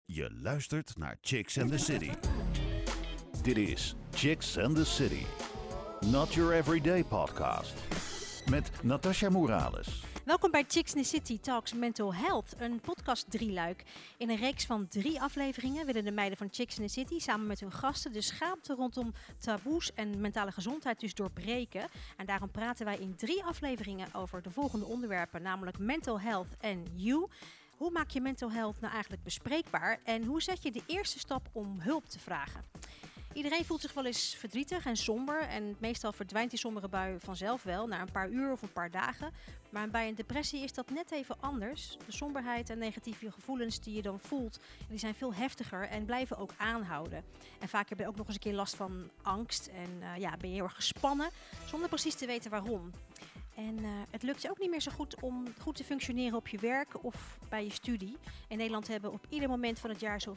Je luistert naar Chicks and the City. Dit is Chicks and the City. Not your everyday podcast. Met Natasha Morales. Welkom bij Chicks in the City Talks Mental Health, een podcast drieluik. In een reeks van 3 afleveringen willen de meiden van Chicks in the City samen met hun gasten de schaamte rondom taboes en mentale gezondheid dus doorbreken. En daarom praten wij in 3 afleveringen over de volgende onderwerpen, namelijk mental health en you. Hoe maak je mental health nou eigenlijk bespreekbaar en hoe zet je de eerste stap om hulp te vragen? Iedereen voelt zich wel eens verdrietig en somber en meestal verdwijnt die sombere bui vanzelf wel na een paar uur of een paar dagen. Maar bij een depressie is dat net even anders. De somberheid en negatieve gevoelens die je dan voelt, die zijn veel heftiger en blijven ook aanhouden. En vaak heb je ook nog eens een keer last van angst en ben je heel erg gespannen zonder precies te weten waarom. En het lukt je ook niet meer zo goed om goed te functioneren op je werk of bij je studie. In Nederland hebben op ieder moment van het jaar zo'n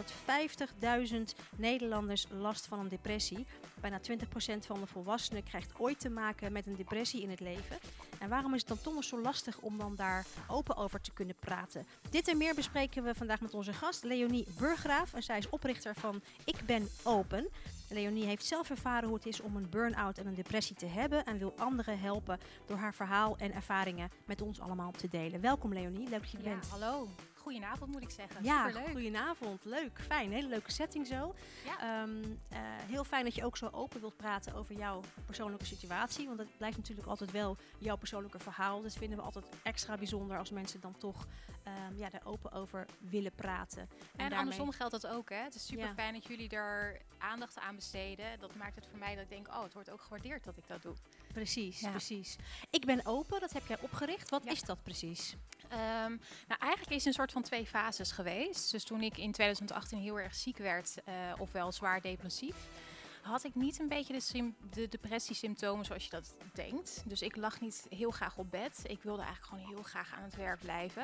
550.000 Nederlanders last van een depressie. Bijna 20% van de volwassenen krijgt ooit te maken met een depressie in het leven. En waarom is het dan toch zo lastig om dan daar open over te kunnen praten? Dit en meer bespreken we vandaag met onze gast Leonie Burggraaf. En zij is oprichter van Ik Ben Open. Leonie heeft zelf ervaren hoe het is om een burn-out en een depressie te hebben en wil anderen helpen door haar verhaal en ervaringen met ons allemaal te delen. Welkom Leonie, leuk dat je er bent. Hallo. Goedenavond moet ik zeggen. Ja, superleuk. Goedenavond. Leuk, fijn. Hele leuke setting zo. Ja. Heel fijn dat je ook zo open wilt praten over jouw persoonlijke situatie. Want het blijft natuurlijk altijd wel jouw persoonlijke verhaal. Dus vinden we altijd extra bijzonder als mensen dan toch daar open over willen praten. En andersom geldt dat ook. Hè? Het is super fijn dat jullie er aandacht aan besteden. Dat maakt het voor mij dat ik denk, het wordt ook gewaardeerd dat ik dat doe. Precies. Ik Ben Open, dat heb jij opgericht. Wat is dat precies? Eigenlijk is het een soort van 2 fases geweest. Dus toen ik in 2018 heel erg ziek werd, ofwel zwaar depressief, had ik niet een beetje de depressiesymptomen zoals je dat denkt. Dus ik lag niet heel graag op bed. Ik wilde eigenlijk gewoon heel graag aan het werk blijven.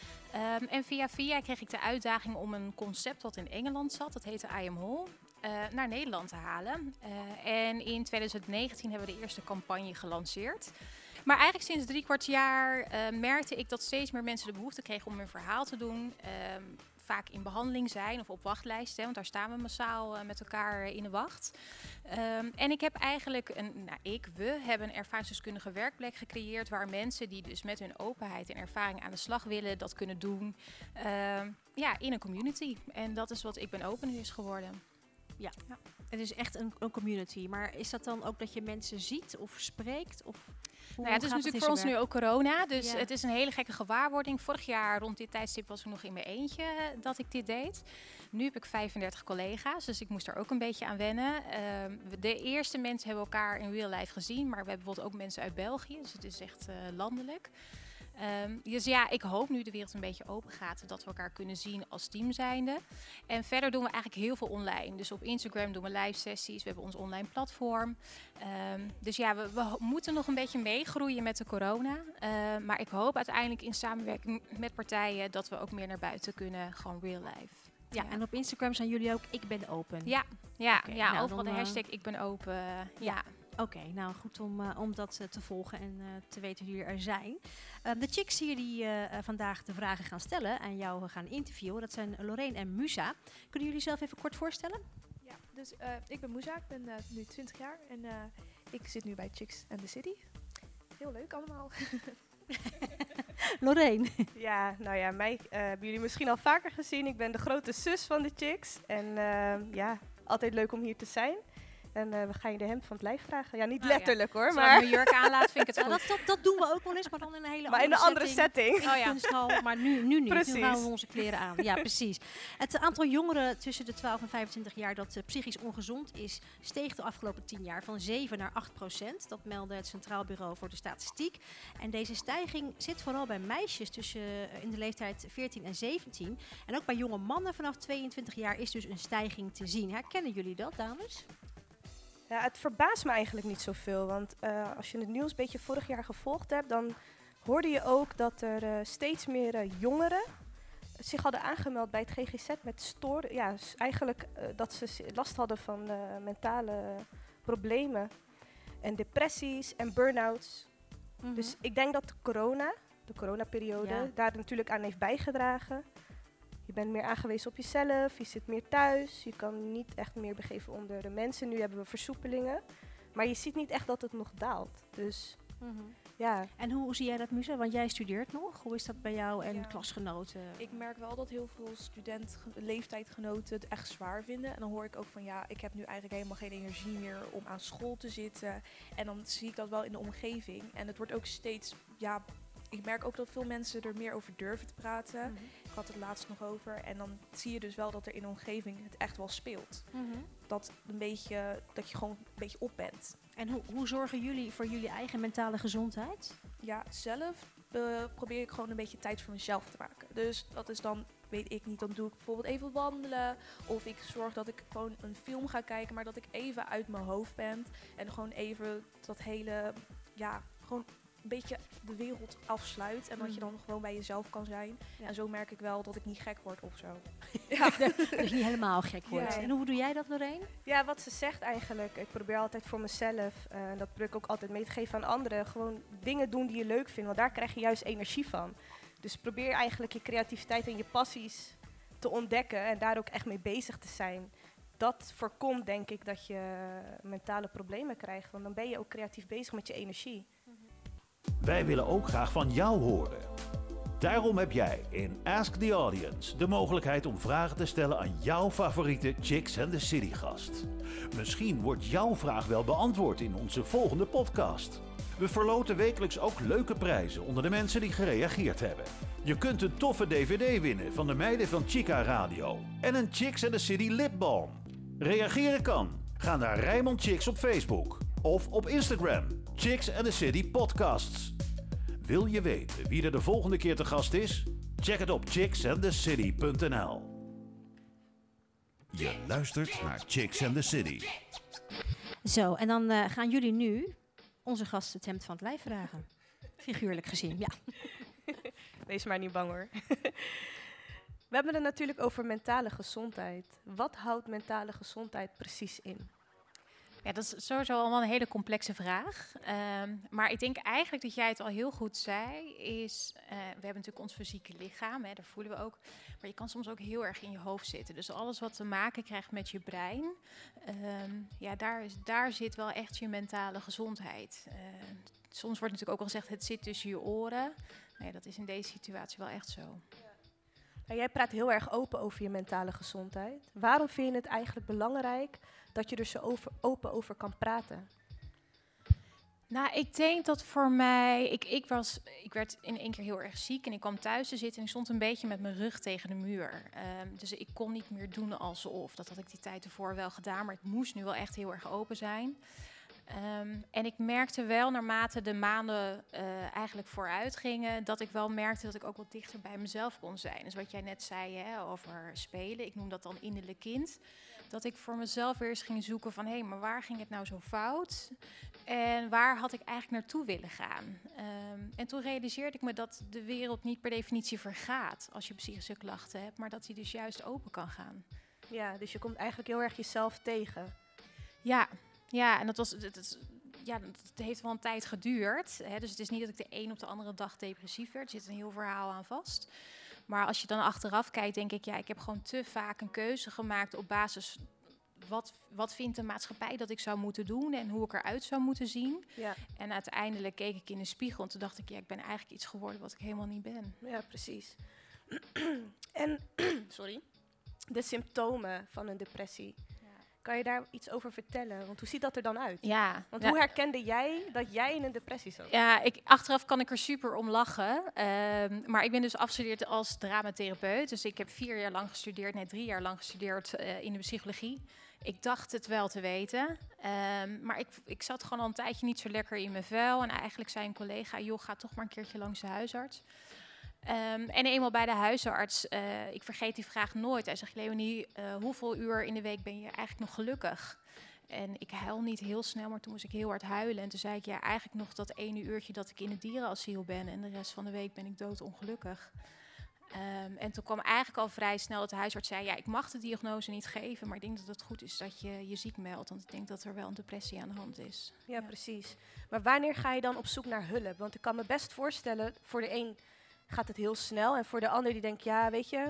En via kreeg ik de uitdaging om een concept wat in Engeland zat, dat heette I Am Whole, naar Nederland te halen. En in 2019 hebben we de eerste campagne gelanceerd. Maar eigenlijk sinds 3/4 jaar merkte ik dat steeds meer mensen de behoefte kregen om hun verhaal te doen. Vaak in behandeling zijn of op wachtlijsten, want daar staan we massaal met elkaar in de wacht. En ik heb eigenlijk we hebben een ervaringsdeskundige werkplek gecreëerd waar mensen die dus met hun openheid en ervaring aan de slag willen, dat kunnen doen in een community. En dat is wat Ik Ben Open nu is geworden. Ja. Het is echt een community. Maar is dat dan ook dat je mensen ziet of spreekt? Of het is natuurlijk voor ons nu ook corona. Dus het is een hele gekke gewaarwording. Vorig jaar rond dit tijdstip was ik nog in mijn eentje dat ik dit deed. Nu heb ik 35 collega's. Dus ik moest er ook een beetje aan wennen. De eerste mensen hebben elkaar in real life gezien. Maar we hebben bijvoorbeeld ook mensen uit België. Dus het is echt landelijk. Dus ik hoop nu de wereld een beetje open gaat, dat we elkaar kunnen zien als team zijnde. En verder doen we eigenlijk heel veel online. Dus op Instagram doen we live sessies, we hebben ons online platform. Dus we moeten nog een beetje meegroeien met de corona. Maar ik hoop uiteindelijk in samenwerking met partijen dat we ook meer naar buiten kunnen, gewoon real life. Ja, en op Instagram zijn jullie ook Ik Ben Open. Overal de hashtag Ik Ben Open. Oké, nou goed om dat te volgen en te weten hoe jullie er zijn. De chicks hier die vandaag de vragen gaan stellen en jou gaan interviewen, dat zijn Lorraine en Musa. Kunnen jullie zelf even kort voorstellen? Ja, dus ik ben Musa, ik ben nu 20 jaar en ik zit nu bij Chicks and the City. Heel leuk allemaal. Lorraine. Ja, mij hebben jullie misschien al vaker gezien. Ik ben de grote zus van de Chicks en altijd leuk om hier te zijn. En we gaan je de hemd van het lijf vragen. Ja, niet letterlijk hoor. Maar als ik mijn jurk aanlaat, vind ik het goed. Dat doen we ook wel eens, maar dan in een hele andere setting. In de kunsthal, maar nu niet. Precies. Nu gaan we onze kleren aan. Ja, precies. Het aantal jongeren tussen de 12 en 25 jaar dat psychisch ongezond is, steeg de afgelopen 10 jaar van 7 naar 8%. Dat meldde het Centraal Bureau voor de Statistiek. En deze stijging zit vooral bij meisjes in de leeftijd 14 en 17. En ook bij jonge mannen vanaf 22 jaar is dus een stijging te zien. Herkennen jullie dat, dames? Ja, het verbaast me eigenlijk niet zoveel. Want als je het nieuws een beetje vorig jaar gevolgd hebt, dan hoorde je ook dat er steeds meer jongeren zich hadden aangemeld bij het GGZ met dat ze last hadden van mentale problemen en depressies en burn-outs. Mm-hmm. Dus ik denk dat de coronaperiode daar natuurlijk aan heeft bijgedragen. Je bent meer aangewezen op jezelf, je zit meer thuis, je kan niet echt meer begeven onder de mensen. Nu hebben we versoepelingen, maar je ziet niet echt dat het nog daalt. Dus ja. En hoe zie jij dat, Musa? Want jij studeert nog. Hoe is dat bij jou en Ja. klasgenoten? Ik merk wel dat heel veel leeftijdgenoten het echt zwaar vinden. En dan hoor ik ook van ja, ik heb nu eigenlijk helemaal geen energie meer om aan school te zitten. En dan zie ik dat wel in de omgeving. En het wordt ook steeds, ja, ik merk ook dat veel mensen er meer over durven te praten. Ik had het laatst nog over. En dan zie je dus wel dat er in de omgeving het echt wel speelt. Dat je gewoon een beetje op bent. En hoe zorgen jullie voor jullie eigen mentale gezondheid? Ja, zelf probeer ik gewoon een beetje tijd voor mezelf te maken. Dus dat is dan, weet ik niet, dan doe ik bijvoorbeeld even wandelen. Of ik zorg dat ik gewoon een film ga kijken, maar dat ik even uit mijn hoofd ben. En gewoon even dat hele, ja, gewoon een beetje de wereld afsluit. En dat je dan gewoon bij jezelf kan zijn. Ja. En zo merk ik wel dat ik niet gek word of zo. Dat je niet helemaal gek wordt. Ja. En hoe doe jij dat, Lorraine? Ja, wat ze zegt eigenlijk. Ik probeer altijd voor mezelf, en dat probeer ik ook altijd mee te geven aan anderen, gewoon dingen doen die je leuk vindt, want daar krijg je juist energie van. Dus probeer eigenlijk je creativiteit en je passies te ontdekken en daar ook echt mee bezig te zijn. Dat voorkomt, denk ik, dat je mentale problemen krijgt, want dan ben je ook creatief bezig met je energie. Wij willen ook graag van jou horen. Daarom heb jij in Ask the Audience de mogelijkheid om vragen te stellen aan jouw favoriete Chicks and the City gast. Misschien wordt jouw vraag wel beantwoord in onze volgende podcast. We verloten wekelijks ook leuke prijzen onder de mensen die gereageerd hebben. Je kunt een toffe DVD winnen van de meiden van Chica Radio en een Chicks and the City lipbalm. Reageren kan. Ga naar Rijnmond Chicks op Facebook of op Instagram. Chicks and the City Podcasts. Wil je weten wie er de volgende keer te gast is? Check het op chicksandthecity.nl. Je luistert naar Chicks and the City. Zo, en dan gaan jullie nu onze gast het hemd van het lijf vragen. Figuurlijk gezien, ja. Wees maar niet bang hoor. We hebben het natuurlijk over mentale gezondheid. Wat houdt mentale gezondheid precies in? Ja, dat is sowieso allemaal een hele complexe vraag. Maar ik denk eigenlijk dat jij het al heel goed zei. We hebben natuurlijk ons fysieke lichaam, hè, daar voelen we ook. Maar je kan soms ook heel erg in je hoofd zitten. Dus alles wat te maken krijgt met je brein, daar zit wel echt je mentale gezondheid. Soms wordt natuurlijk ook al gezegd, het zit tussen je oren. Nee, dat is in deze situatie wel echt zo. Nou, jij praat heel erg open over je mentale gezondheid. Waarom vind je het eigenlijk belangrijk dat je er zo open over kan praten? Nou, ik denk dat voor mij... Ik werd in één keer heel erg ziek en ik kwam thuis te zitten en ik stond een beetje met mijn rug tegen de muur. Dus ik kon niet meer doen alsof. Dat had ik die tijd ervoor wel gedaan, maar het moest nu wel echt heel erg open zijn. En ik merkte wel, naarmate de maanden eigenlijk vooruit gingen, dat ik wel merkte dat ik ook wat dichter bij mezelf kon zijn. Dus wat jij net zei hè, over spelen, ik noem dat dan innerlijk kind. Dat ik voor mezelf weer eens ging zoeken van, hé, maar waar ging het nou zo fout? En waar had ik eigenlijk naartoe willen gaan? En toen realiseerde ik me dat de wereld niet per definitie vergaat als je psychische klachten hebt, maar dat die dus juist open kan gaan. Ja, dus je komt eigenlijk heel erg jezelf tegen. Ja, en dat heeft wel een tijd geduurd. Hè. Dus het is niet dat ik de een op de andere dag depressief werd. Er zit een heel verhaal aan vast. Maar als je dan achteraf kijkt, denk ik, ja, ik heb gewoon te vaak een keuze gemaakt op basis wat vindt de maatschappij dat ik zou moeten doen en hoe ik eruit zou moeten zien. Ja. En uiteindelijk keek ik in de spiegel en toen dacht ik, ja, ik ben eigenlijk iets geworden wat ik helemaal niet ben. Ja, precies. En, de symptomen van een depressie. Kan je daar iets over vertellen? Want hoe ziet dat er dan uit? Ja. Want hoe herkende jij dat jij in een depressie zat? Ja, achteraf kan ik er super om lachen. Maar ik ben dus afgestudeerd als dramatherapeut. Dus ik heb 3 jaar lang gestudeerd in de psychologie. Ik dacht het wel te weten. Maar ik zat gewoon al een tijdje niet zo lekker in mijn vel. En eigenlijk zei een collega, joh, ga toch maar een keertje langs de huisarts. En eenmaal bij de huisarts, ik vergeet die vraag nooit. Hij zegt, Leonie, hoeveel uur in de week ben je eigenlijk nog gelukkig? En ik huil niet heel snel, maar toen moest ik heel hard huilen. En toen zei ik, ja, eigenlijk nog dat 1 uurtje dat ik in het dierenasiel ben. En de rest van de week ben ik doodongelukkig. En toen kwam eigenlijk al vrij snel dat de huisarts zei, ja, ik mag de diagnose niet geven. Maar ik denk dat het goed is dat je je ziek meldt. Want ik denk dat er wel een depressie aan de hand is. Ja, precies. Maar wanneer ga je dan op zoek naar hulp? Want ik kan me best voorstellen, voor de een gaat het heel snel. En voor de ander die denkt, ja, weet je,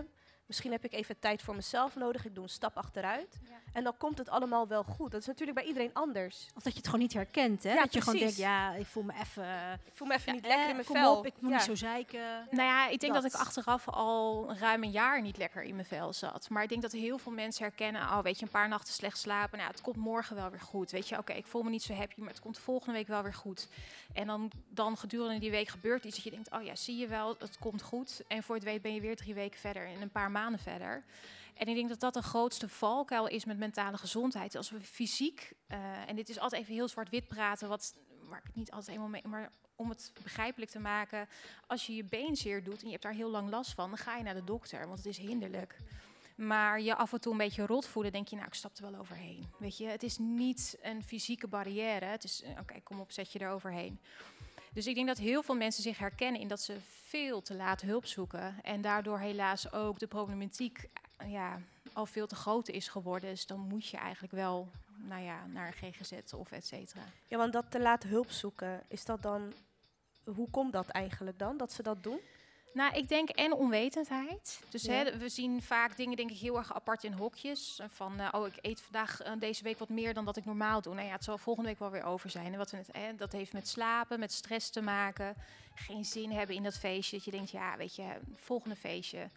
Misschien heb ik even tijd voor mezelf nodig. Ik doe een stap achteruit. Ja. En dan komt het allemaal wel goed. Dat is natuurlijk bij iedereen anders. Of dat je het gewoon niet herkent, hè? Ja, dat je gewoon precies. denkt, ja, ik voel me even... Ik voel me even niet lekker in mijn kom vel. op, ik moet niet zo zeiken. Nou ja, ik denk dat Dat. ik achteraf al ruim een jaar niet lekker in mijn vel zat. Maar ik denk dat heel veel mensen herkennen, oh weet je, een paar nachten slecht slapen. Nou, het komt morgen wel weer goed. Weet je, oké, ik voel me niet zo happy, maar het komt volgende week wel weer goed. En dan gedurende die week gebeurt iets dat je denkt, oh ja, zie je wel, het komt goed. En voor het weet ben je weer 3 weken verder en een paar maanden verder. En ik denk dat dat de grootste valkuil is met mentale gezondheid. Als we fysiek, en dit is altijd even heel zwart-wit praten, waar ik het niet altijd helemaal mee, maar om het begrijpelijk te maken, als je je been zeer doet en je hebt daar heel lang last van, dan ga je naar de dokter, want het is hinderlijk. Maar je af en toe een beetje rot voelen, denk je, nou, ik stap er wel overheen. Weet je, het is niet een fysieke barrière. Het is, oké, kom op, zet je er overheen. Dus ik denk dat heel veel mensen zich herkennen in dat ze veel te laat hulp zoeken. En daardoor helaas ook de problematiek al veel te groot is geworden. Dus dan moet je eigenlijk wel naar een GGZ of et cetera. Ja, want dat te laat hulp zoeken, is dat dan... Hoe komt dat eigenlijk dan, dat ze dat doen? Nou, ik denk en onwetendheid. Dus Ja. we zien vaak dingen denk ik heel erg apart in hokjes. Van, ik eet vandaag deze week wat meer dan dat ik normaal doe. Nou ja, het zal volgende week wel weer over zijn. En dat heeft met slapen, met stress te maken. Geen zin hebben in dat feestje. Dat je denkt, ja, weet je, volgende feestje.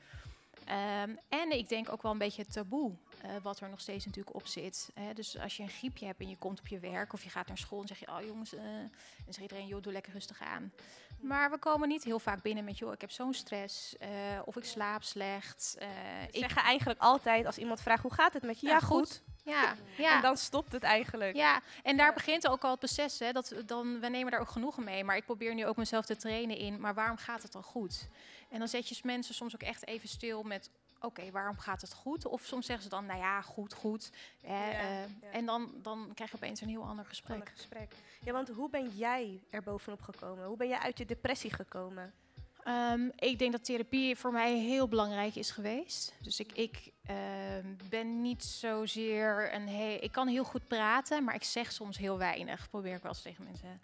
En ik denk ook wel een beetje het taboe, wat er nog steeds natuurlijk op zit. Dus als je een griepje hebt en je komt op je werk of je gaat naar school en zeg je, oh jongens, en zegt iedereen, joh, doe lekker rustig aan. Maar we komen niet heel vaak binnen met, joh, ik heb zo'n stress, of ik slaap slecht. Ze zeggen eigenlijk altijd, als iemand vraagt, hoe gaat het met je? Ja, goed. Ja. En dan stopt het eigenlijk. Ja, en daar begint ook al het besef, hè, we nemen daar ook genoegen mee. Maar ik probeer nu ook mezelf te trainen in, maar waarom gaat het dan goed? En dan zet je mensen soms ook echt even stil met, oké, waarom gaat het goed? Of soms zeggen ze dan, nou ja, goed. En dan krijg je opeens een heel ander gesprek. Ja, want hoe ben jij er bovenop gekomen? Hoe ben jij uit je depressie gekomen? Ik denk dat therapie voor mij heel belangrijk is geweest. Dus ik ben niet zozeer ik kan heel goed praten, maar ik zeg soms heel weinig. Probeer ik wel eens tegen mensen.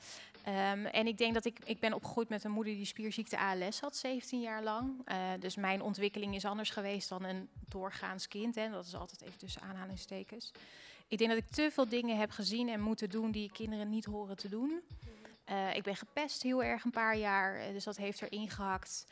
En ik denk dat ik ben opgegroeid met een moeder die spierziekte ALS had, 17 jaar lang. Dus mijn ontwikkeling is anders geweest dan een doorgaans kind. Hè. Dat is altijd even tussen aanhalingstekens. Ik denk dat ik te veel dingen heb gezien en moeten doen die kinderen niet horen te doen. Ik ben gepest heel erg een paar jaar, dus dat heeft erin gehakt.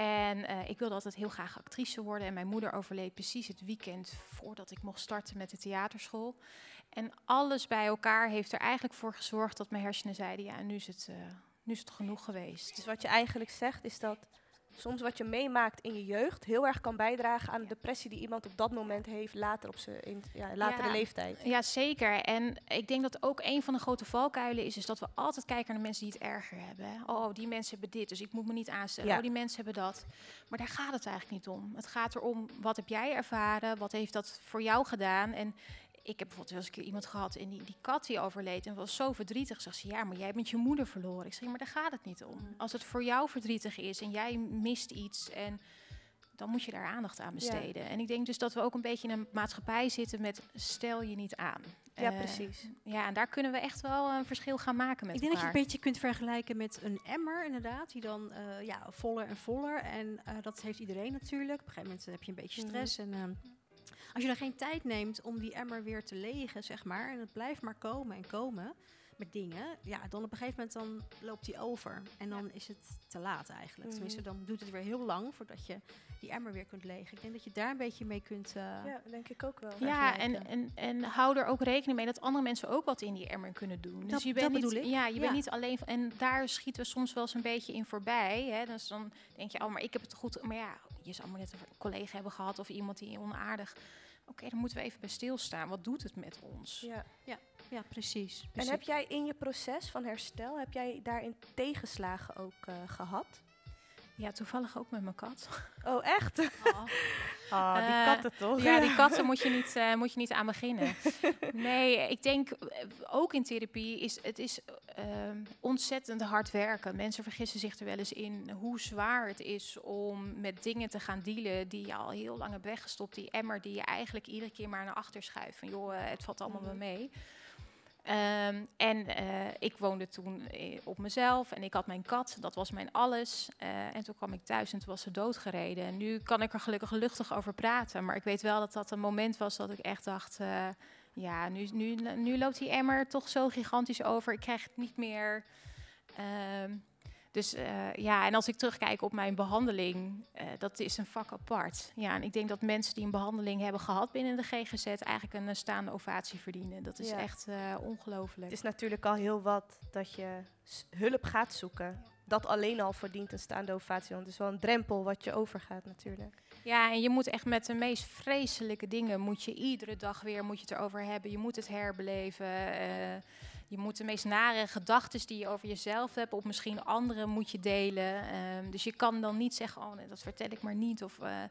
En ik wilde altijd heel graag actrice worden. En mijn moeder overleed precies het weekend voordat ik mocht starten met de theaterschool. En alles bij elkaar heeft er eigenlijk voor gezorgd dat mijn hersenen zeiden, ja, nu is het genoeg geweest. Dus wat je eigenlijk zegt is dat soms wat je meemaakt in je jeugd heel erg kan bijdragen aan de depressie die iemand op dat moment heeft later op zijn latere leeftijd. Ja, zeker. En ik denk dat ook een van de grote valkuilen is dat we altijd kijken naar de mensen die het erger hebben. Hè. Oh, die mensen hebben dit, dus ik moet me niet aanstellen. Ja. Oh, die mensen hebben dat. Maar daar gaat het eigenlijk niet om. Het gaat erom, wat heb jij ervaren? Wat heeft dat voor jou gedaan? En ik heb bijvoorbeeld wel eens een keer iemand gehad en die kat die overleed en was zo verdrietig. Zegt ze, ja, maar jij bent je moeder verloren. Ik zeg, maar daar gaat het niet om. Als het voor jou verdrietig is en jij mist iets, en dan moet je daar aandacht aan besteden. Ja. En ik denk dus dat we ook een beetje in een maatschappij zitten met stel je niet aan. Ja, precies. Ja, en daar kunnen we echt wel een verschil gaan maken met Ik denk dat je elkaar. een beetje kunt vergelijken met een emmer, inderdaad, die dan voller en voller. En dat heeft iedereen natuurlijk. Op een gegeven moment heb je een beetje stress. En als je dan geen tijd neemt om die emmer weer te legen, zeg maar, en het blijft maar komen en komen met dingen, ja, dan op een gegeven moment dan loopt die over. En dan is het te laat eigenlijk. Tenminste, dan duurt het weer heel lang voordat je die emmer weer kunt legen. Ik denk dat je daar een beetje mee kunt ja, denk ik ook wel. Ja, en hou er ook rekening mee dat andere mensen ook wat in die emmer kunnen doen. Dus je bent niet, je bent niet alleen van, en daar schieten we soms wel eens een beetje in voorbij. Hè. Dus dan denk je, oh, maar ik heb het goed. Maar ja, je zou maar net een collega hebben gehad of iemand die onaardig. Oké, dan moeten we even bij stilstaan. Wat doet het met ons? Ja, precies. En heb jij in je proces van herstel, heb jij daarin tegenslagen ook gehad? Ja, toevallig ook met mijn kat. Oh, echt? Die katten toch? Ja, die katten moet je niet aan beginnen. Nee, ik denk ook in therapie is ontzettend hard werken. Mensen vergissen zich er wel eens in hoe zwaar het is om met dingen te gaan dealen die je al heel lang hebt weggestopt. Die emmer die je eigenlijk iedere keer maar naar achter schuift. Van joh, het valt allemaal wel mee. Ik woonde toen op mezelf en ik had mijn kat, dat was mijn alles. En toen kwam ik thuis en toen was ze doodgereden. En nu kan ik er gelukkig luchtig over praten. Maar ik weet wel dat dat een moment was dat ik echt dacht... nu loopt die emmer toch zo gigantisch over. Ik krijg het niet meer... en als ik terugkijk op mijn behandeling, dat is een vak apart. Ja, en ik denk dat mensen die een behandeling hebben gehad binnen de GGZ eigenlijk een staande ovatie verdienen. Dat is echt ongelooflijk. Het is natuurlijk al heel wat dat je hulp gaat zoeken. Dat alleen al verdient een staande ovatie, want het is wel een drempel wat je overgaat natuurlijk. Ja, en je moet echt met de meest vreselijke dingen, moet je iedere dag weer het erover hebben. Je moet het herbeleven. Je moet de meest nare gedachten die je over jezelf hebt, of misschien anderen, moet je delen. Dus je kan dan niet zeggen, oh nee, dat vertel ik maar niet.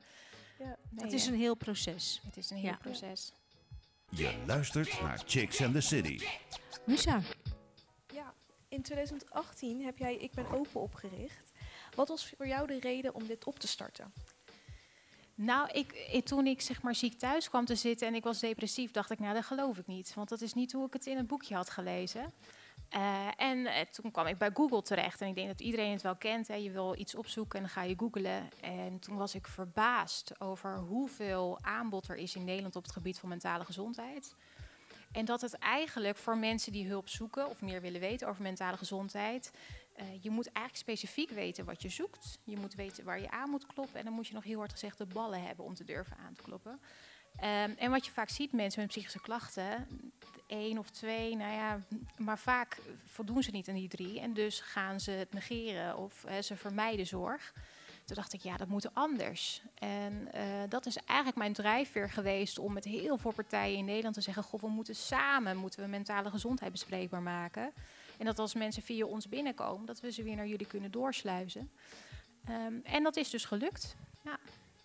Het is een heel proces. Het is een heel proces. Je luistert naar Chicks and the City. Musa. Ja, in 2018 heb jij Ik Ben Open opgericht. Wat was voor jou de reden om dit op te starten? Nou, toen ik zeg maar ziek thuis kwam te zitten en ik was depressief, dacht ik, nou, dat geloof ik niet. Want dat is niet hoe ik het in het boekje had gelezen. Toen kwam ik bij Google terecht. En ik denk dat iedereen het wel kent. Hè. Je wil iets opzoeken en dan ga je googlen. En toen was ik verbaasd over hoeveel aanbod er is in Nederland op het gebied van mentale gezondheid. En dat het eigenlijk voor mensen die hulp zoeken of meer willen weten over mentale gezondheid... je moet eigenlijk specifiek weten wat je zoekt. Je moet weten waar je aan moet kloppen. En dan moet je nog heel hard gezegd de ballen hebben om te durven aan te kloppen. En wat je vaak ziet, mensen met psychische klachten, 1 of 2, maar vaak voldoen ze niet aan die 3. En dus gaan ze het negeren of ze vermijden zorg. Toen dacht ik, ja, dat moet anders. En dat is eigenlijk mijn drijfveer geweest om met heel veel partijen in Nederland te zeggen, goh, we moeten mentale gezondheid bespreekbaar maken. En dat als mensen via ons binnenkomen, dat we ze weer naar jullie kunnen doorsluizen. En dat is dus gelukt. Ja.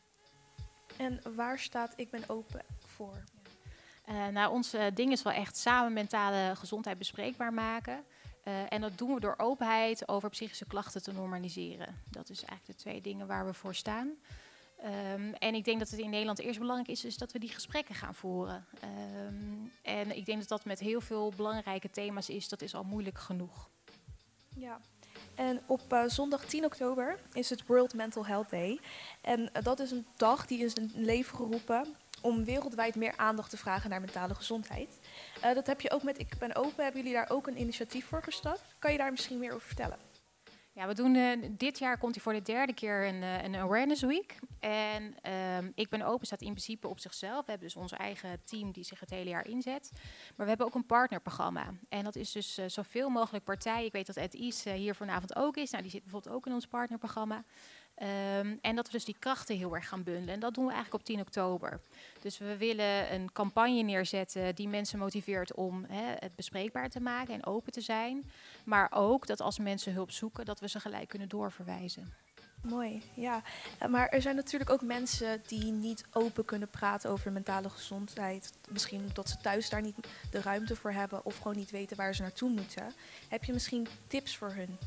En waar staat Ik Ben Open voor? Ons ding is wel echt samen mentale gezondheid bespreekbaar maken. En dat doen we door openheid over psychische klachten te normaliseren. Dat is eigenlijk de 2 dingen waar we voor staan. En ik denk dat het in Nederland eerst belangrijk is dat we die gesprekken gaan voeren. En ik denk dat dat met heel veel belangrijke thema's is. Dat is al moeilijk genoeg. Ja, en op zondag 10 oktober is het World Mental Health Day. En dat is een dag die is in leven geroepen om wereldwijd meer aandacht te vragen naar mentale gezondheid. Dat heb je ook met Ik Ben Open. Hebben jullie daar ook een initiatief voor gestart? Kan je daar misschien meer over vertellen? Ja, we doen dit jaar komt hij voor de 3e keer een Awareness Week. En Ik Ben Open staat in principe op zichzelf. We hebben dus ons eigen team die zich het hele jaar inzet. Maar we hebben ook een partnerprogramma. En dat is dus zoveel mogelijk partijen. Ik weet dat Ed Is hier vanavond ook is. Nou, die zit bijvoorbeeld ook in ons partnerprogramma. En dat we dus die krachten heel erg gaan bundelen. En dat doen we eigenlijk op 10 oktober. Dus we willen een campagne neerzetten die mensen motiveert om het bespreekbaar te maken en open te zijn. Maar ook dat als mensen hulp zoeken, dat we ze gelijk kunnen doorverwijzen. Mooi, ja. Maar er zijn natuurlijk ook mensen die niet open kunnen praten over mentale gezondheid. Misschien omdat ze thuis daar niet de ruimte voor hebben of gewoon niet weten waar ze naartoe moeten. Heb je misschien tips voor hun?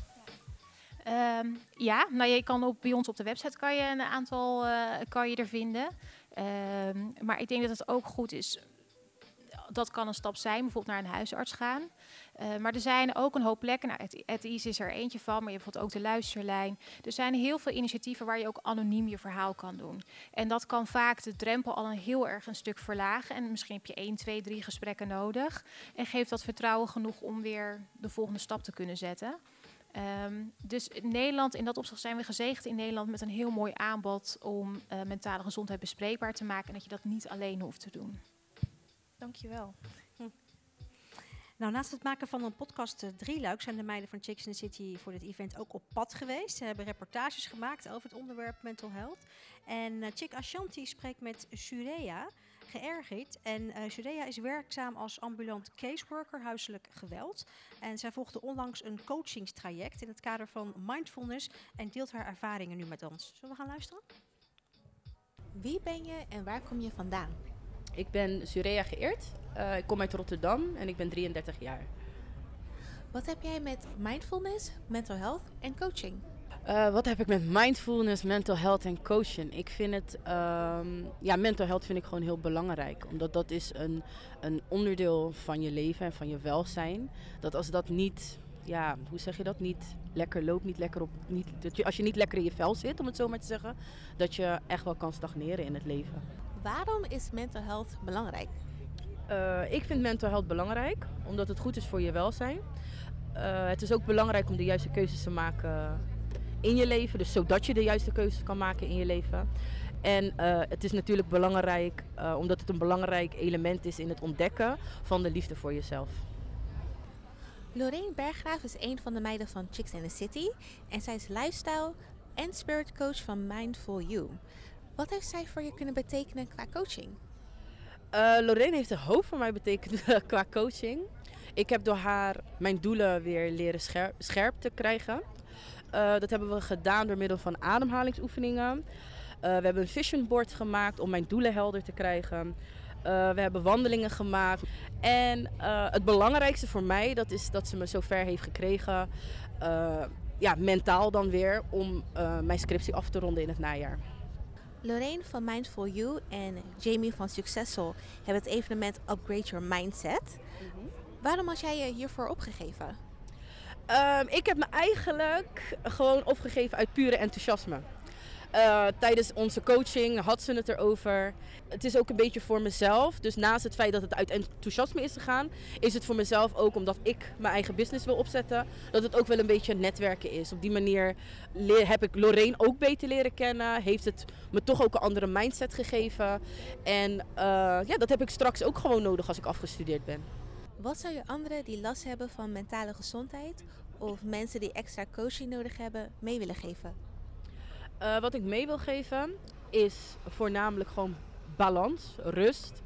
Je kan bij ons op de website kan je een aantal kan je er vinden. Maar ik denk dat het ook goed is. Dat kan een stap zijn, bijvoorbeeld naar een huisarts gaan. Maar er zijn ook een hoop plekken. Nou, het IS is er eentje van, maar je hebt bijvoorbeeld ook de luisterlijn. Er zijn heel veel initiatieven waar je ook anoniem je verhaal kan doen. En dat kan vaak de drempel al heel erg een stuk verlagen. En misschien heb je 1, 2, 3 gesprekken nodig. En geeft dat vertrouwen genoeg om weer de volgende stap te kunnen zetten. Dus in Nederland, in dat opzicht zijn we gezegend in Nederland met een heel mooi aanbod om mentale gezondheid bespreekbaar te maken en dat je dat niet alleen hoeft te doen. Dankjewel. Nou, naast het maken van een podcast drieluik zijn de meiden van Chicks in the City voor dit event ook op pad geweest. Ze hebben reportages gemaakt over het onderwerp mental health. En Chick Ashanti spreekt met Sureya Geërgid. En Sureya is werkzaam als ambulant caseworker huiselijk geweld. En zij volgde onlangs een coachingstraject in het kader van mindfulness en deelt haar ervaringen nu met ons. Zullen we gaan luisteren? Wie ben je en waar kom je vandaan? Ik ben Sureya Geërgid. Ik kom uit Rotterdam en ik ben 33 jaar. Wat heb jij met mindfulness, mental health en coaching? Wat heb ik met mindfulness, mental health en coaching? Ik vind het, mental health vind ik gewoon heel belangrijk. Omdat dat is een onderdeel van je leven en van je welzijn. Dat als dat niet, hoe zeg je dat? Niet lekker loopt, als je niet lekker in je vel zit, om het zo maar te zeggen. Dat je echt wel kan stagneren in het leven. Waarom is mental health belangrijk? Ik vind mental health belangrijk, omdat het goed is voor je welzijn. Het is ook belangrijk om de juiste keuzes te maken in je leven. Dus zodat je de juiste keuzes kan maken in je leven. En het is natuurlijk belangrijk, omdat het een belangrijk element is in het ontdekken van de liefde voor jezelf. Lorraine Berggraaf is een van de meiden van Chicks and the City. En zij is lifestyle en spirit coach van Mindful You. Wat heeft zij voor je kunnen betekenen qua coaching? Lorraine heeft een hoop voor mij betekend qua coaching. Ik heb door haar mijn doelen weer leren scherp te krijgen. Dat hebben we gedaan door middel van ademhalingsoefeningen. We hebben een vision board gemaakt om mijn doelen helder te krijgen. We hebben wandelingen gemaakt. En het belangrijkste voor mij, dat is dat ze me zover heeft gekregen, mentaal dan weer, om mijn scriptie af te ronden in het najaar. Lorraine van Mindful You en Jamie van Successful hebben het evenement Upgrade Your Mindset. Waarom had jij je hiervoor opgegeven? Ik heb me eigenlijk gewoon opgegeven uit pure enthousiasme. Tijdens onze coaching had ze het erover. Het is ook een beetje voor mezelf. Dus naast het feit dat het uit enthousiasme is gegaan, is het voor mezelf ook omdat ik mijn eigen business wil opzetten, dat het ook wel een beetje netwerken is. Op die manier heb ik Lorraine ook beter leren kennen. Heeft het me toch ook een andere mindset gegeven. En dat heb ik straks ook gewoon nodig als ik afgestudeerd ben. Wat zou je anderen die last hebben van mentale gezondheid of mensen die extra coaching nodig hebben mee willen geven? Wat ik mee wil geven is voornamelijk gewoon balans, rust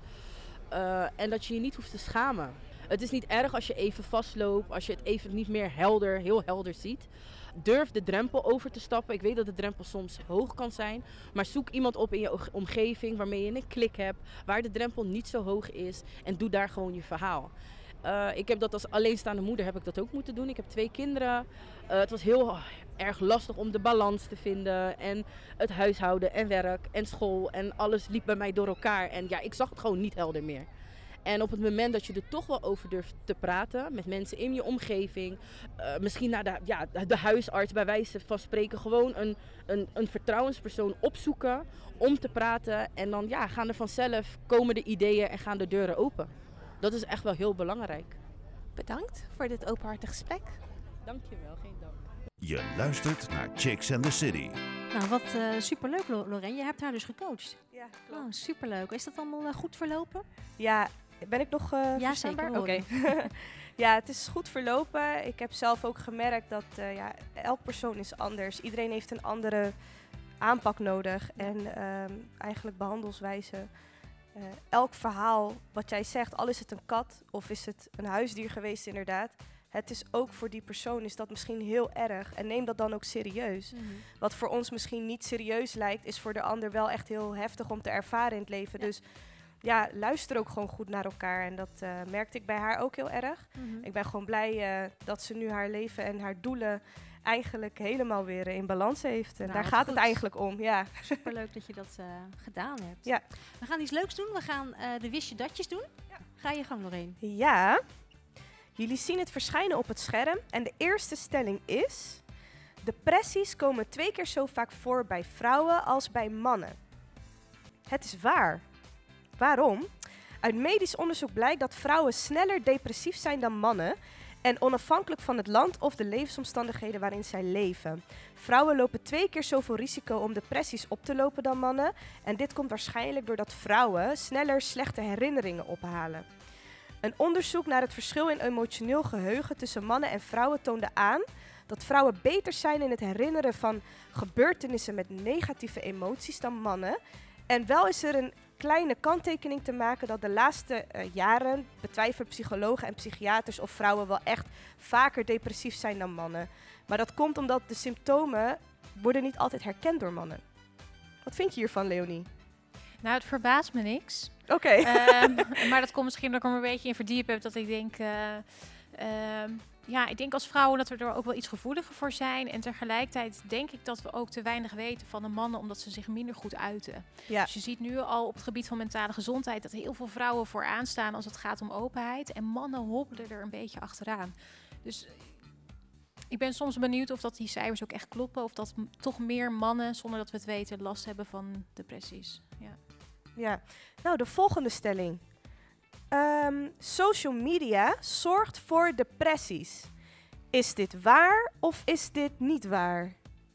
en dat je je niet hoeft te schamen. Het is niet erg als je even vastloopt, als je het even niet meer heel helder ziet. Durf de drempel over te stappen. Ik weet dat de drempel soms hoog kan zijn, maar zoek iemand op in je omgeving waarmee je een klik hebt, waar de drempel niet zo hoog is en doe daar gewoon je verhaal. Ik heb dat als alleenstaande moeder heb ik dat ook moeten doen. Ik heb 2 kinderen. Het was heel erg lastig om de balans te vinden. En het huishouden en werk en school. En alles liep bij mij door elkaar. En ik zag het gewoon niet helder meer. En op het moment dat je er toch wel over durft te praten met mensen in je omgeving. Misschien naar de huisarts bij wijze van spreken. Gewoon een vertrouwenspersoon opzoeken om te praten. En dan gaan er vanzelf komen de ideeën en gaan de deuren open. Dat is echt wel heel belangrijk. Bedankt voor dit openhartig gesprek. Dankjewel, geen dank. Je luistert naar Chicks and the City. Nou, wat superleuk, Lorraine. Je hebt haar dus gecoacht. Ja, Oh, superleuk. Is dat allemaal goed verlopen? Ja, ben ik nog Ja, verstaanbaar? zeker. Oké. Ja, het is goed verlopen. Ik heb zelf ook gemerkt dat elk persoon is anders. Iedereen heeft een andere aanpak nodig en eigenlijk behandelswijze. Elk verhaal wat jij zegt, al is het een kat of is het een huisdier geweest inderdaad. Het is ook voor die persoon is dat misschien heel erg. En neem dat dan ook serieus. Wat voor ons misschien niet serieus lijkt, is voor de ander wel echt heel heftig om te ervaren in het leven. Ja. Dus luister ook gewoon goed naar elkaar. En dat merkte ik bij haar ook heel erg. Ik ben gewoon blij dat ze nu haar leven en haar doelen eigenlijk helemaal weer in balans heeft. En Nou, daar wat gaat goed. het eigenlijk om, ja. Superleuk dat je dat gedaan hebt. Ja. We gaan iets leuks doen. We gaan de wist datjes doen. Ga je gang, Lorraine. Ja, jullie zien het verschijnen op het scherm. En de eerste stelling is: depressies komen 2 keer zo vaak voor bij vrouwen als bij mannen. Het is waar. Waarom? Uit medisch onderzoek blijkt dat vrouwen sneller depressief zijn dan mannen. En onafhankelijk van het land of de levensomstandigheden waarin zij leven. Vrouwen lopen 2 keer zoveel risico om depressies op te lopen dan mannen. En dit komt waarschijnlijk doordat vrouwen sneller slechte herinneringen ophalen. Een onderzoek naar het verschil in emotioneel geheugen tussen mannen en vrouwen toonde aan dat vrouwen beter zijn in het herinneren van gebeurtenissen met negatieve emoties dan mannen. En wel is er een kleine kanttekening te maken dat de laatste jaren betwijfelen psychologen en psychiaters of vrouwen wel echt vaker depressief zijn dan mannen. Maar dat komt omdat de symptomen worden niet altijd herkend door mannen. Wat vind je hiervan, Leonie? Nou, het verbaast me niks. Oké. Maar dat komt misschien omdat ik er een beetje in verdiept heb dat ik denk... Ik denk als vrouwen dat we er ook wel iets gevoeliger voor zijn. En tegelijkertijd denk ik dat we ook te weinig weten van de mannen, omdat ze zich minder goed uiten. Ja. Dus je ziet nu al op het gebied van mentale gezondheid dat heel veel vrouwen vooraan staan als het gaat om openheid. En mannen hobbelen er een beetje achteraan. Dus ik ben soms benieuwd of dat die cijfers ook echt kloppen. Of dat toch meer mannen, zonder dat we het weten, last hebben van depressies. Ja. Nou, de volgende stelling. Social media zorgt voor depressies. Is dit waar of is dit niet waar?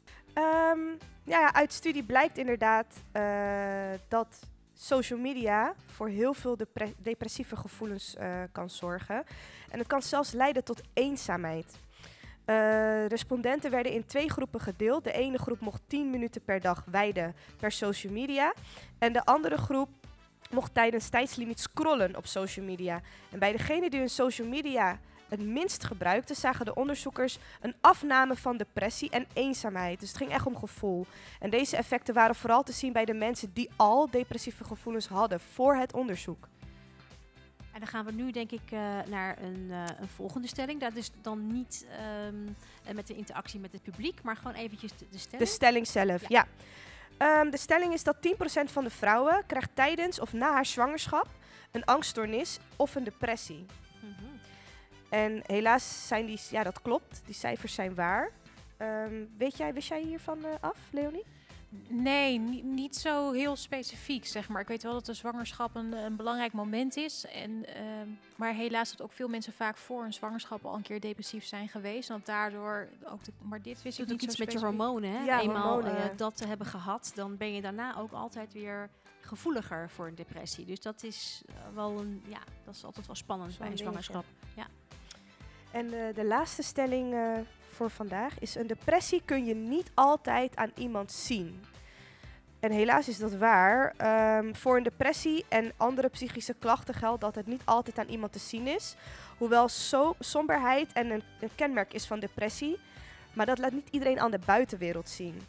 Uit studie blijkt inderdaad dat social media voor heel veel depressieve gevoelens kan zorgen. En het kan zelfs leiden tot eenzaamheid. Respondenten werden in 2 groepen gedeeld. De ene groep mocht 10 minuten per dag wijden naar social media. En de andere groep mocht tijdens tijdslimiet scrollen op social media. En bij degene die hun social media het minst gebruikten, zagen de onderzoekers een afname van depressie en eenzaamheid. Dus het ging echt om gevoel. En deze effecten waren vooral te zien bij de mensen die al depressieve gevoelens hadden voor het onderzoek. En dan gaan we nu denk ik naar een volgende stelling. Dat is dan niet met de interactie met het publiek, maar gewoon eventjes de stelling. De stelling zelf, ja. De stelling is dat 10% van de vrouwen krijgt tijdens of na haar zwangerschap een angststoornis of een depressie. Mhm. En helaas zijn dat klopt, die cijfers zijn waar. Wist jij hiervan af, Leonie? Nee, niet zo heel specifiek, zeg maar. Ik weet wel dat de zwangerschap een belangrijk moment is. Maar helaas dat ook veel mensen vaak voor een zwangerschap al een keer depressief zijn geweest. En dat daardoor ook maar dit wist ik Het doet niet ook zo iets met je specifiek. hormonen. Hè? Ja, Eenmaal hormonen, ja. dat te hebben gehad, dan ben je daarna ook altijd weer gevoeliger voor een depressie. Dus dat is dat is altijd wel spannend bij een zwangerschap. Ja. En de laatste stelling voor vandaag is: een depressie kun je niet altijd aan iemand zien. En helaas is dat waar. Voor een depressie en andere psychische klachten geldt dat het niet altijd aan iemand te zien is. Hoewel somberheid een kenmerk is van depressie. Maar dat laat niet iedereen aan de buitenwereld zien.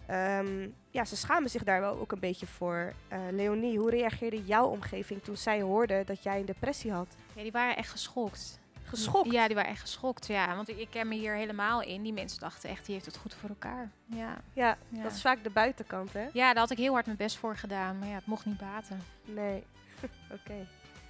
Ze schamen zich daar wel ook een beetje voor. Leonie, hoe reageerde jouw omgeving toen zij hoorde dat jij een depressie had? Ja, die waren echt geschokt. Geschokt? Ja, die waren echt geschokt. Ja, want ik ken me hier helemaal in. Die mensen dachten echt, die heeft het goed voor elkaar. Ja. Ja, Ja. dat is vaak de buitenkant, hè? Ja, daar had ik heel hard mijn best voor gedaan. Maar ja, het mocht niet baten. Nee. Oké.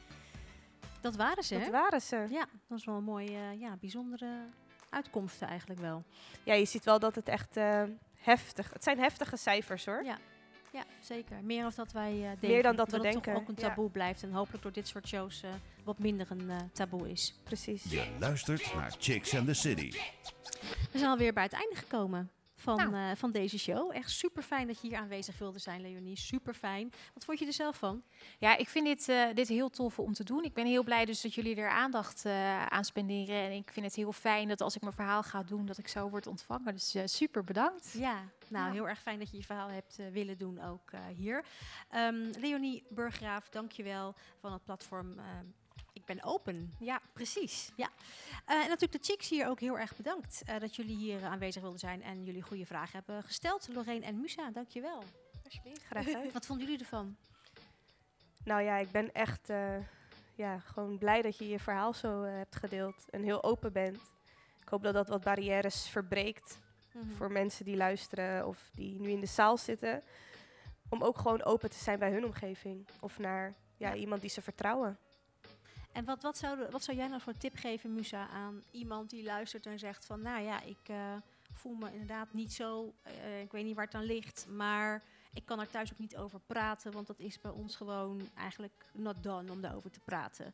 Dat waren ze, Dat hè? waren ze. Ja, dat is wel een mooie, bijzondere uitkomsten eigenlijk wel. Ja, je ziet wel dat het echt heftig... Het zijn heftige cijfers, hoor. Ja, zeker. Meer dan dat wij denken. Meer dan dat we het denken, toch ook een ja. taboe blijft. En hopelijk door dit soort shows wat minder een taboe is. Precies. Je luistert naar Chicks and the City. We zijn alweer bij het einde gekomen van deze show. Echt super fijn dat je hier aanwezig wilde zijn, Leonie. Super fijn. Wat vond je er zelf van? Ja, ik vind dit heel tof om te doen. Ik ben heel blij dus dat jullie er aandacht aan spenderen. En ik vind het heel fijn dat als ik mijn verhaal ga doen, dat ik zo word ontvangen. Dus super bedankt. Ja, Ja. heel erg fijn dat je je verhaal hebt willen doen ook hier. Leonie Burggraaf, dankjewel van het platform Ik Ben Open. Ja, precies. Ja. En natuurlijk de chicks hier ook heel erg bedankt dat jullie hier aanwezig wilden zijn en jullie goede vragen hebben gesteld. Lorraine en Musa, dankjewel. Alsjeblieft, graag gedaan. Wat vonden jullie ervan? Nou ja, ik ben echt gewoon blij dat je je verhaal zo hebt gedeeld en heel open bent. Ik hoop dat dat wat barrières verbreekt voor mensen die luisteren of die nu in de zaal zitten. Om ook gewoon open te zijn bij hun omgeving of naar iemand die ze vertrouwen. En wat zou jij nou voor tip geven, Musa, aan iemand die luistert en zegt van, nou ja, ik voel me inderdaad niet zo, ik weet niet waar het aan ligt, maar ik kan er thuis ook niet over praten, want dat is bij ons gewoon eigenlijk not done om daarover te praten.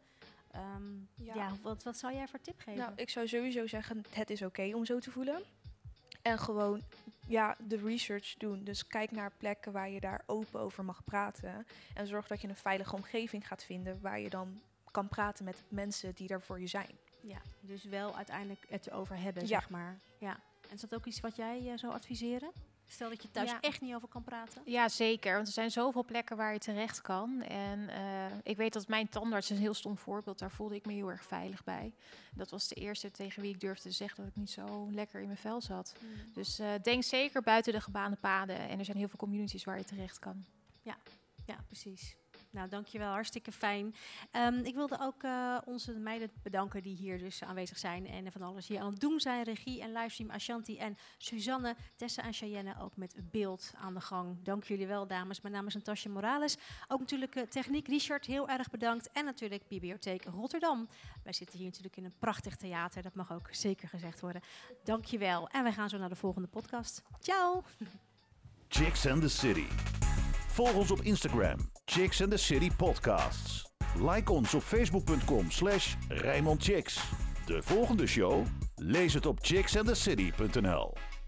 Wat zou jij voor tip geven? Nou, ik zou sowieso zeggen, het is oké om zo te voelen. En gewoon de research doen. Dus kijk naar plekken waar je daar open over mag praten. En zorg dat je een veilige omgeving gaat vinden waar je dan kan praten met mensen die er voor je zijn. Ja, dus wel uiteindelijk het erover hebben, Ja. zeg maar. Ja. En is dat ook iets wat jij zou adviseren? Stel dat je thuis Ja. echt niet over kan praten. Ja, zeker. Want er zijn zoveel plekken waar je terecht kan. En ik weet dat mijn tandarts, een heel stom voorbeeld, daar voelde ik me heel erg veilig bij. Dat was de eerste tegen wie ik durfde te zeggen dat ik niet zo lekker in mijn vel zat. Dus denk zeker buiten de gebaande paden. En er zijn heel veel communities waar je terecht kan. Ja, precies. Nou, dankjewel. Hartstikke fijn. Ik wilde ook onze meiden bedanken die hier dus aanwezig zijn en van alles hier aan het doen zijn. Regie en livestream, Ashanti en Suzanne, Tessa en Cheyenne ook met beeld aan de gang. Dank jullie wel, dames. Mijn naam is Natasja Morales. Ook natuurlijk techniek, Richard, heel erg bedankt. En natuurlijk Bibliotheek Rotterdam. Wij zitten hier natuurlijk in een prachtig theater. Dat mag ook zeker gezegd worden. Dankjewel. En wij gaan zo naar de volgende podcast. Ciao! Chicks and the City. Volg ons op Instagram, Chicks and the City Podcasts. Like ons op facebook.com/RijmondChicks. De volgende show? Lees het op chicksandthecity.nl.